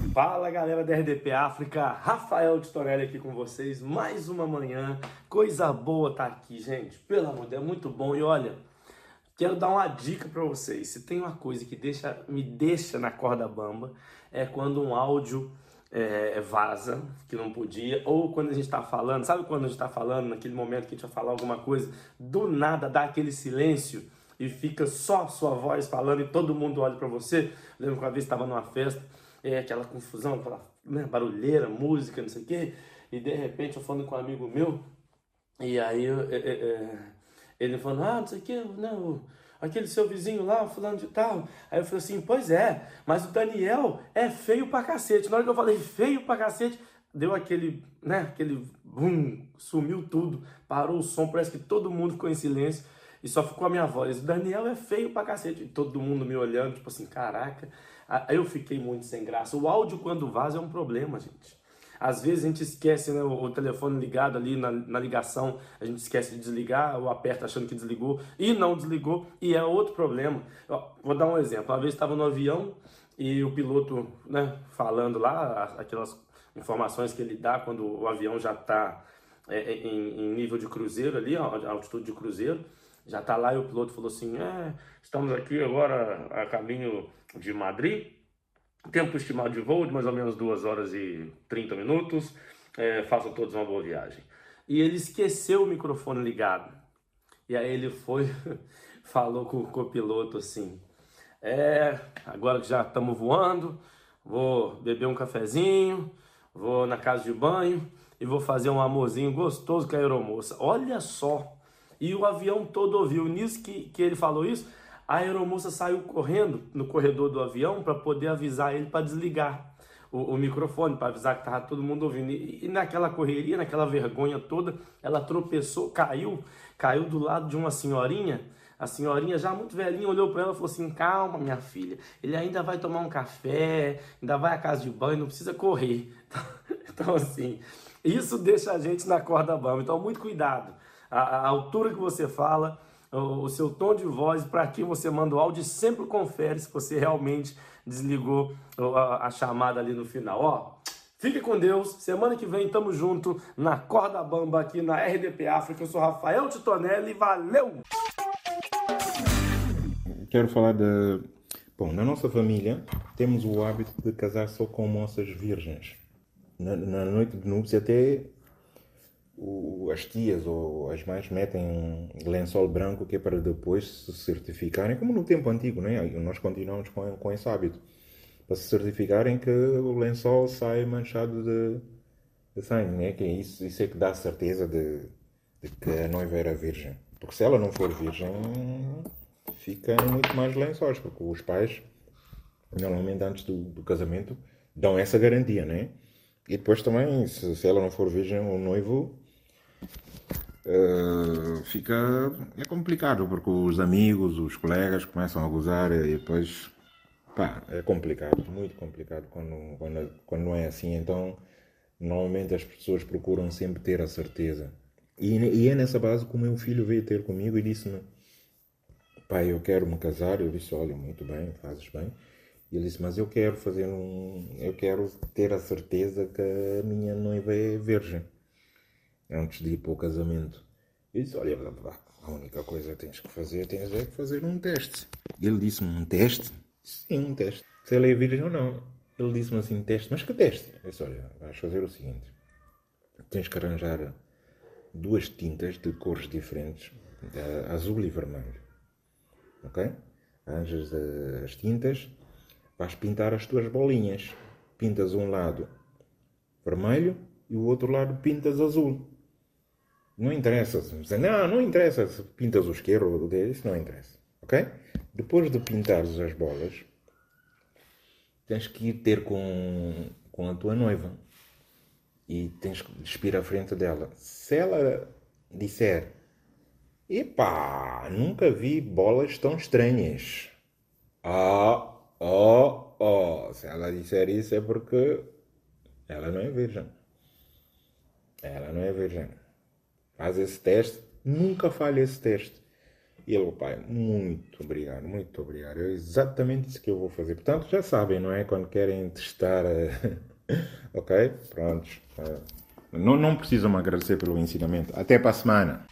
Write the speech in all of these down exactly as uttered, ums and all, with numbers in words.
Fala galera da R D P África, Rafael Titonelli aqui com vocês, mais uma manhã, coisa boa tá aqui, gente, pelo amor de Deus, é muito bom. E olha, quero dar uma dica pra vocês, se tem uma coisa que deixa, me deixa na corda bamba, é quando um áudio é, vaza, que não podia, ou quando a gente tá falando, sabe quando a gente tá falando, naquele momento que a gente vai falar alguma coisa, do nada dá aquele silêncio e fica só sua voz falando e todo mundo olha pra você. Eu lembro que uma vez estava numa festa, é aquela confusão, aquela né, barulheira, música, não sei o quê, e de repente eu falando com um amigo meu, e aí eu, é, é, é, ele falando, ah, não sei o quê, não, aquele seu vizinho lá, fulano de tal. Aí eu falei assim, pois é, mas o Daniel é feio pra cacete. Na hora que eu falei feio pra cacete, deu aquele, né, aquele bum, sumiu tudo, parou o som, parece que todo mundo ficou em silêncio. E só ficou a minha voz. O Daniel é feio pra cacete. E todo mundo me olhando, tipo assim, caraca. Aí eu fiquei muito sem graça. O áudio, quando vaza, é um problema, gente. Às vezes a gente esquece, né, o telefone ligado ali na, na ligação, a gente esquece de desligar, ou aperta achando que desligou e não desligou, e é outro problema. Ó, vou dar um exemplo. Uma vez estava no avião e o piloto, né, falando lá, aquelas informações que ele dá quando o avião já está é, em, em nível de cruzeiro ali, ó, altitude de cruzeiro. Já tá lá e o piloto falou assim, é, estamos aqui agora a caminho de Madrid, tempo estimado de voo de mais ou menos duas horas e trinta minutos, é, façam todos uma boa viagem. E ele esqueceu o microfone ligado. E aí ele foi, falou com o copiloto assim, é, agora que já estamos voando, vou beber um cafezinho, vou na casa de banho e vou fazer um amorzinho gostoso com a aeromoça. Olha só! E o avião todo ouviu. Nisso que, que ele falou isso, a aeromoça saiu correndo no corredor do avião para poder avisar ele para desligar o, o microfone, para avisar que estava todo mundo ouvindo. E, e naquela correria, naquela vergonha toda, ela tropeçou, caiu, caiu do lado de uma senhorinha. A senhorinha, já muito velhinha, olhou para ela e falou assim, calma, minha filha, ele ainda vai tomar um café, ainda vai à casa de banho, não precisa correr. Então, assim, isso deixa a gente na corda bamba. Então, muito cuidado. A, a altura que você fala, o, o seu tom de voz, para quem você manda o áudio, sempre confere se você realmente desligou a, a chamada ali no final. Ó, fique com Deus, semana que vem tamo junto na corda bamba aqui na R D P África. Eu sou Rafael Titonelli, valeu! Quero falar de... Bom, na nossa família temos o hábito de casar só com moças virgens. Na, na noite de núpcias até o, as tias ou as mães metem um lençol branco que é para depois se certificarem, como no tempo antigo, né? Nós continuamos com, com esse hábito, para se certificarem que o lençol sai manchado de, de sangue, né? Que isso, isso é que dá certeza de, de que a noiva era virgem. Porque se ela não for virgem, fica em muito mais lençóis, porque os pais, normalmente antes do, do casamento, dão essa garantia, né? E depois também, se, se ela não for virgem, o noivo uh, fica... É complicado, porque os amigos, os colegas começam a gozar e depois... Pá, é complicado, muito complicado quando, quando, quando não é assim. Então, normalmente as pessoas procuram sempre ter a certeza. E, e é nessa base que o meu filho veio ter comigo e disse-me, pai, eu quero me casar. Eu disse, olha, muito bem, fazes bem. E ele disse, mas eu quero fazer um... Eu quero ter a certeza que a minha noiva é virgem, antes de ir para o casamento. Eu disse, olha, a única coisa que tens que fazer, tens é que fazer um teste. Ele disse-me, um teste? Sim, um teste. Se ela é virgem ou não. Ele disse-me assim, teste. Mas que teste? Eu disse, olha, vais fazer o seguinte. Tens que arranjar duas tintas de cores diferentes, azul e vermelho. Ok? Arranjas as tintas, vais pintar as tuas bolinhas. Pintas um lado vermelho e o outro lado pintas azul. Não interessa. Não, não interessa se pintas o isqueiro ou o direito, isso não interessa. Ok? Depois de pintares as bolas, tens que ir ter com, com a tua noiva. E tens que despir à frente dela. Se ela disser, epá, nunca vi bolas tão estranhas. Ah, oh, oh. Se ela disser isso é porque ela não é virgem. Ela não é virgem. Faz esse teste. Nunca falha esse teste. E ele, pai, muito obrigado, muito obrigado. É exatamente isso que eu vou fazer. Portanto, já sabem, não é? Quando querem testar, eh, ok? Prontos. Eh, Não, não precisam me agradecer pelo ensinamento. Até para a semana.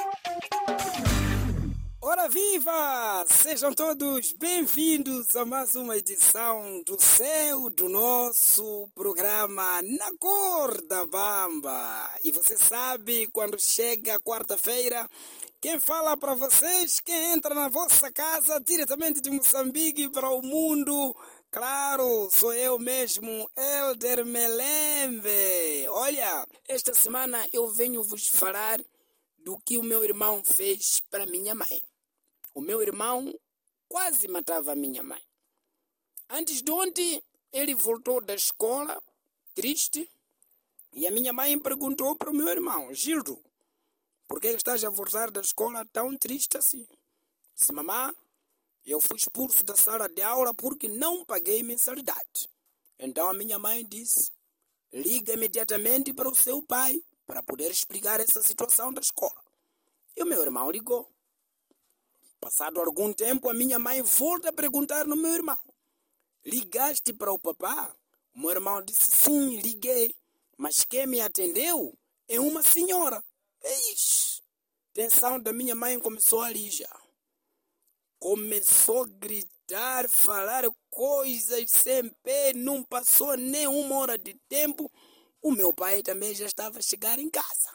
Ora viva! Sejam todos bem-vindos a mais uma edição do seu, do nosso programa Na Cor da Bamba. E você sabe, quando chega quarta-feira, quem fala para vocês, quem entra na vossa casa diretamente de Moçambique para o mundo, claro, sou eu mesmo, Elder Melembe. Olha, esta semana eu venho vos falar do que o meu irmão fez para minha mãe. O meu irmão quase matava a minha mãe. Antes de ontem, ele voltou da escola, triste, e a minha mãe perguntou para o meu irmão, Gildo, por que estás a voltar da escola tão triste assim? Disse, mamãe, eu fui expulso da sala de aula porque não paguei mensalidade. Então a minha mãe disse, liga imediatamente para o seu pai para poder explicar essa situação da escola. E o meu irmão ligou. Passado algum tempo, a minha mãe volta a perguntar no meu irmão. Ligaste para o papá? O meu irmão disse, sim, liguei. Mas quem me atendeu é uma senhora. Ixi, a tensão da minha mãe começou ali já. Começou a gritar, falar coisas sem pé, não passou nem uma hora de tempo. O meu pai também já estava a chegar em casa.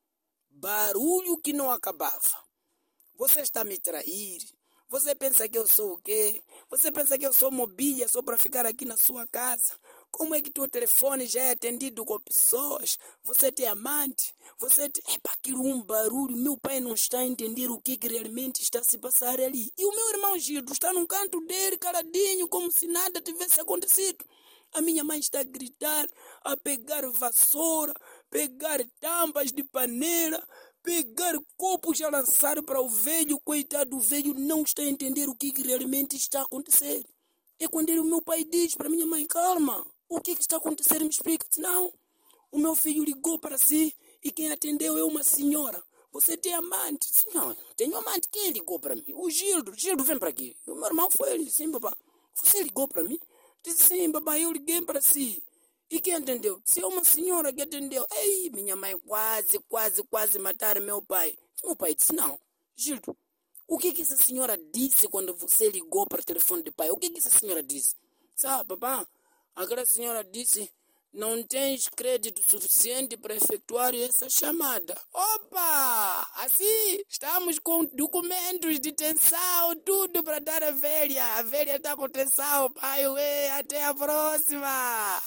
Barulho que não acabava. Você está a me trair? Você pensa que eu sou o quê? Você pensa que eu sou mobília só para ficar aqui na sua casa? Como é que teu telefone já é atendido com pessoas? Você tem amante? Você tem... Epa, aquilo um barulho. Meu pai não está a entender o que, que realmente está a se passar ali. E o meu irmão Gildo está num canto dele, caladinho, como se nada tivesse acontecido. A minha mãe está a gritar, a pegar vassoura, pegar tampas de panela, pegar copos a lançar para o velho. Coitado do velho, não está a entender o que, que realmente está a acontecer. É quando ele, o meu pai diz para minha mãe, calma, o que, que está a acontecer? Me explica. Não, o meu filho ligou para si e quem atendeu é uma senhora. Você tem amante? Não, tenho amante. Quem ligou para mim? O Gildo. Gildo, vem para aqui. O meu irmão foi ele. Sim, papá. Você ligou para mim? Disse, sim, papai, eu liguei para si. E quem atendeu? Se é uma senhora que atendeu. Ei, minha mãe quase, quase, quase mataram meu pai. Meu pai disse, não, Gildo, o que que essa senhora disse quando você ligou para o telefone do pai? O que que essa senhora disse? Sabe, papá, aquela senhora disse, não tens crédito suficiente para efetuar essa chamada. Opa! Assim, estamos com documentos de tensão, tudo para dar a velha. A velha está com tensão, pai, ué, até a próxima!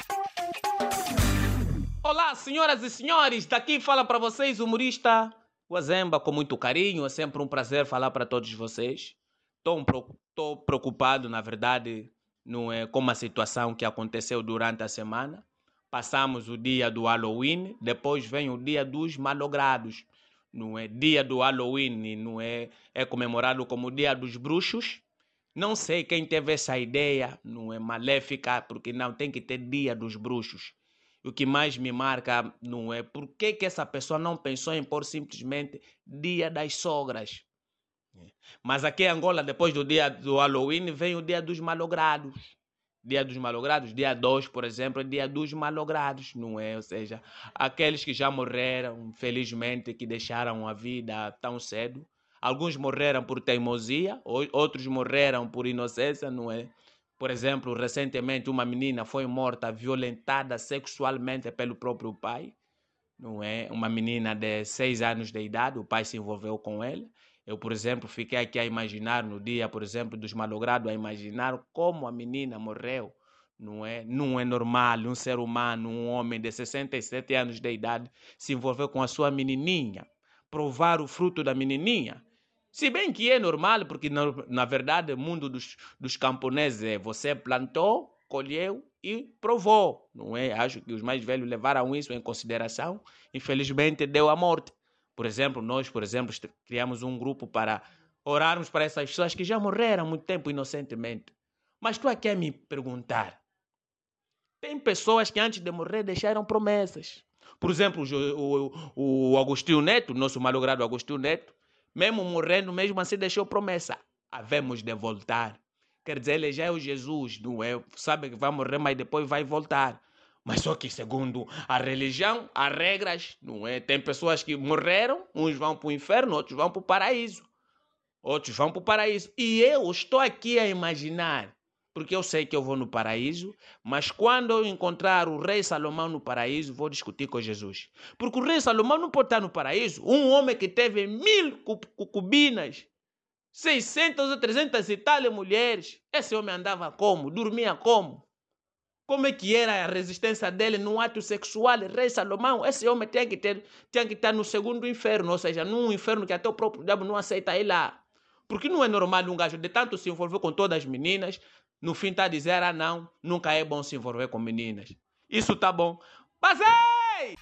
Olá, senhoras e senhores, daqui fala para vocês o humorista Wazemba, com muito carinho. É sempre um prazer falar para todos vocês. Estou preocupado, na verdade, não é, com a situação que aconteceu durante a semana. Passamos o dia do Halloween, depois vem o dia dos malogrados. Não é? Dia do Halloween não é, é comemorado como o dia dos bruxos. Não sei quem teve essa ideia, não é maléfica, porque não tem que ter dia dos bruxos. O que mais me marca não é por que, que essa pessoa não pensou em pôr simplesmente dia das sogras. Mas aqui em Angola, depois do dia do Halloween, vem o dia dos malogrados. Dia dos malogrados, dia dois, por exemplo, é dia dos malogrados, não é? Ou seja, aqueles que já morreram, infelizmente, que deixaram a vida tão cedo. Alguns morreram por teimosia, outros morreram por inocência, não é? Por exemplo, recentemente uma menina foi morta, violentada sexualmente pelo próprio pai, não é? Uma menina de seis anos de idade, o pai se envolveu com ela. Eu, por exemplo, fiquei aqui a imaginar no dia, por exemplo, dos malogrados, a imaginar como a menina morreu. Não é, não é normal um ser humano, um homem de sessenta e sete anos de idade, se envolver com a sua menininha, provar o fruto da menininha. Se bem que é normal, porque na, na verdade o mundo dos, dos camponeses é você plantou, colheu e provou. Não é? Acho que os mais velhos levaram isso em consideração. Infelizmente deu a morte. Por exemplo, nós, por exemplo, criamos um grupo para orarmos para essas pessoas que já morreram há muito tempo inocentemente. Mas tu aqui a me perguntar, tem pessoas que antes de morrer deixaram promessas. Por exemplo, o, o, o Agostinho Neto, nosso malogrado Agostinho Neto, Mesmo morrendo, mesmo assim deixou promessa. Havemos de voltar. Quer dizer, ele já é o Jesus, não é? Sabe que vai morrer, mas depois vai voltar. Mas só que segundo a religião, há regras, não é? Tem pessoas que morreram, uns vão para o inferno, outros vão para o paraíso. Outros vão para o paraíso. E eu estou aqui a imaginar, porque eu sei que eu vou no paraíso, mas quando eu encontrar o rei Salomão no paraíso, vou discutir com Jesus. Porque o rei Salomão não pode estar no paraíso. Um homem que teve mil concubinas, seiscentas ou trezentas e tal mulheres. Esse homem andava como? Dormia como? Como é que era a resistência dele no ato sexual? Rei Salomão, esse homem tinha que, ter, tinha que estar no segundo inferno, ou seja, num inferno que até o próprio diabo não aceita ir lá. Porque não é normal um gajo de tanto se envolver com todas as meninas, no fim está a dizer, ah não, nunca é bom se envolver com meninas. Isso tá bom. Passei!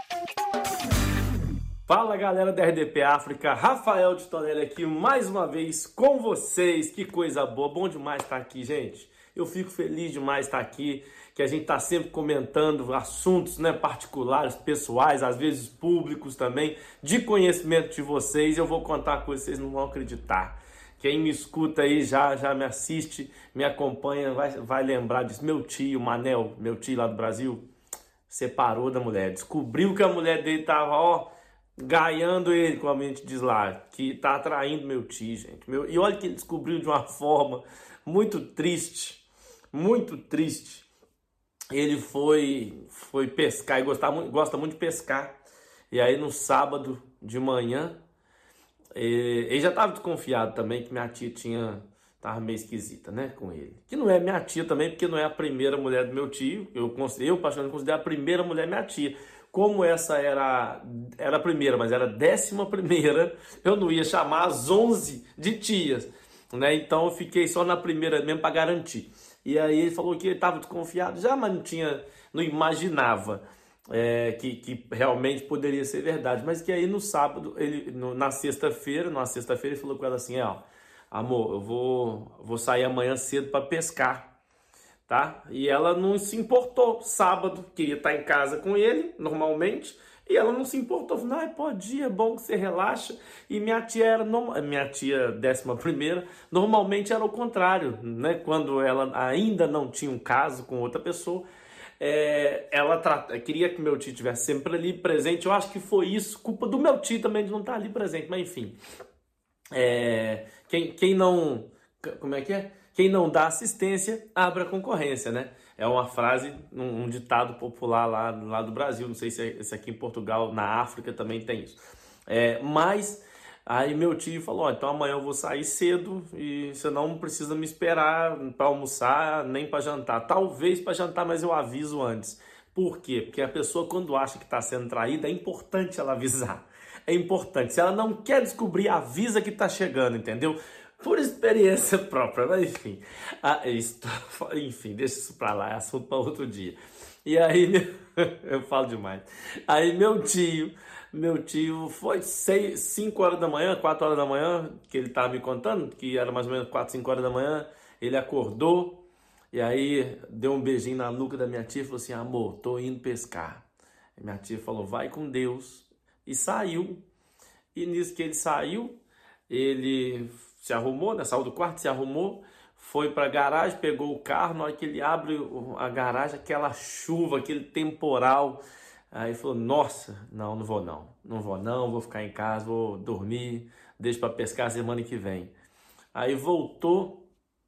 Fala galera da R D P África, Rafael de Tonelli aqui mais uma vez com vocês. Que coisa boa, bom demais estar aqui, gente. Eu fico feliz demais estar aqui, que a gente está sempre comentando assuntos, né, particulares, pessoais, às vezes públicos também, de conhecimento de vocês. Eu vou contar coisas que vocês não vão acreditar. Quem me escuta aí, já, já me assiste, me acompanha, vai, vai lembrar disso. Meu tio, Manel, meu tio lá do Brasil, separou da mulher. Descobriu que a mulher dele estava, ó, gaiando ele, como a gente diz lá, que tá atraindo meu tio, gente. Meu, e olha que ele descobriu de uma forma muito triste, muito triste. Ele foi, foi pescar e gosta muito, gosta muito de pescar. E aí no sábado de manhã, ele, ele já estava desconfiado também que minha tia tinha, tava meio esquisita, né, com ele. Que não é minha tia também, porque não é a primeira mulher do meu tio. Eu, eu particularmente considero a primeira mulher minha tia. Como essa era, era a primeira, mas era a décima primeira, eu não ia chamar as onze de tias, né? Então eu fiquei só na primeira mesmo para garantir. E aí ele falou que ele estava desconfiado já, mas não tinha, não imaginava é, que, que realmente poderia ser verdade. Mas que aí no sábado, ele, no, na sexta-feira, na sexta-feira ele falou com ela assim, ó, amor, eu vou, vou sair amanhã cedo para pescar. Tá? E ela não se importou. Sábado, queria estar em casa com ele, normalmente, e ela não se importou. Falou, ah, pode ir, é bom que você relaxa. E minha tia era, minha tia décima primeira, normalmente era o contrário, né? Quando ela ainda não tinha um caso com outra pessoa, é, ela trata, queria que meu tio estivesse sempre ali presente. Eu acho que foi isso, culpa do meu tio também de não estar ali presente, mas enfim. É, quem, quem não... Como é que é? Quem não dá assistência, abre a concorrência, né? É uma frase, um, um ditado popular lá, lá do Brasil. Não sei se, é, se aqui em Portugal, na África também tem isso. É, mas aí meu tio falou, ó, então amanhã eu vou sair cedo e você não precisa me esperar para almoçar nem para jantar. Talvez para jantar, mas eu aviso antes. Por quê? Porque a pessoa, quando acha que está sendo traída, é importante ela avisar. É importante. Se ela não quer descobrir, avisa que está chegando, entendeu? Por experiência própria, mas enfim, ah, isso, enfim, deixa isso pra lá, é assunto para outro dia. E aí, eu falo demais. Aí meu tio, meu tio foi seis, cinco horas da manhã, quatro horas da manhã, que ele tava me contando, que era mais ou menos quatro, cinco horas da manhã, ele acordou, e aí deu um beijinho na nuca da minha tia e falou assim, amor, tô indo pescar. E minha tia falou, vai com Deus, e saiu. E nisso que ele saiu, ele se arrumou, né? Saiu do quarto, se arrumou, foi para a garagem, pegou o carro. Na hora que ele abre a garagem, aquela chuva, aquele temporal, aí falou, nossa, não, não vou não, não vou não, vou ficar em casa, vou dormir, deixo para pescar semana que vem. Aí voltou,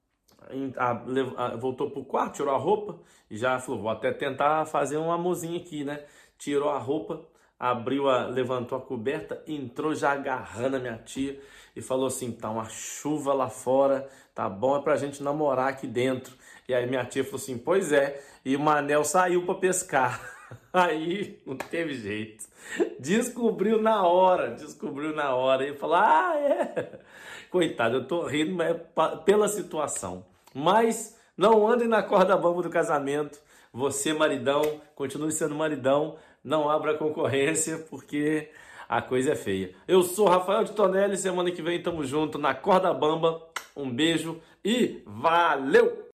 a, a, voltou pro quarto, tirou a roupa e já falou, vou até tentar fazer um amorzinho aqui, né? Tirou a roupa, abriu, a, levantou a coberta, entrou já agarrando a minha tia e falou assim, tá uma chuva lá fora, tá bom, é pra gente namorar aqui dentro. E aí minha tia falou assim, pois é, e o Manel saiu pra pescar. Aí não teve jeito. Descobriu na hora, descobriu na hora. E falou, ah, é. Coitado, eu tô rindo mas é pela situação. Mas não andem na corda bamba do casamento. Você, maridão, continue sendo maridão. Não abra concorrência, porque a coisa é feia. Eu sou Rafael de Tonelli, semana que vem tamo junto na corda bamba. Um beijo e valeu!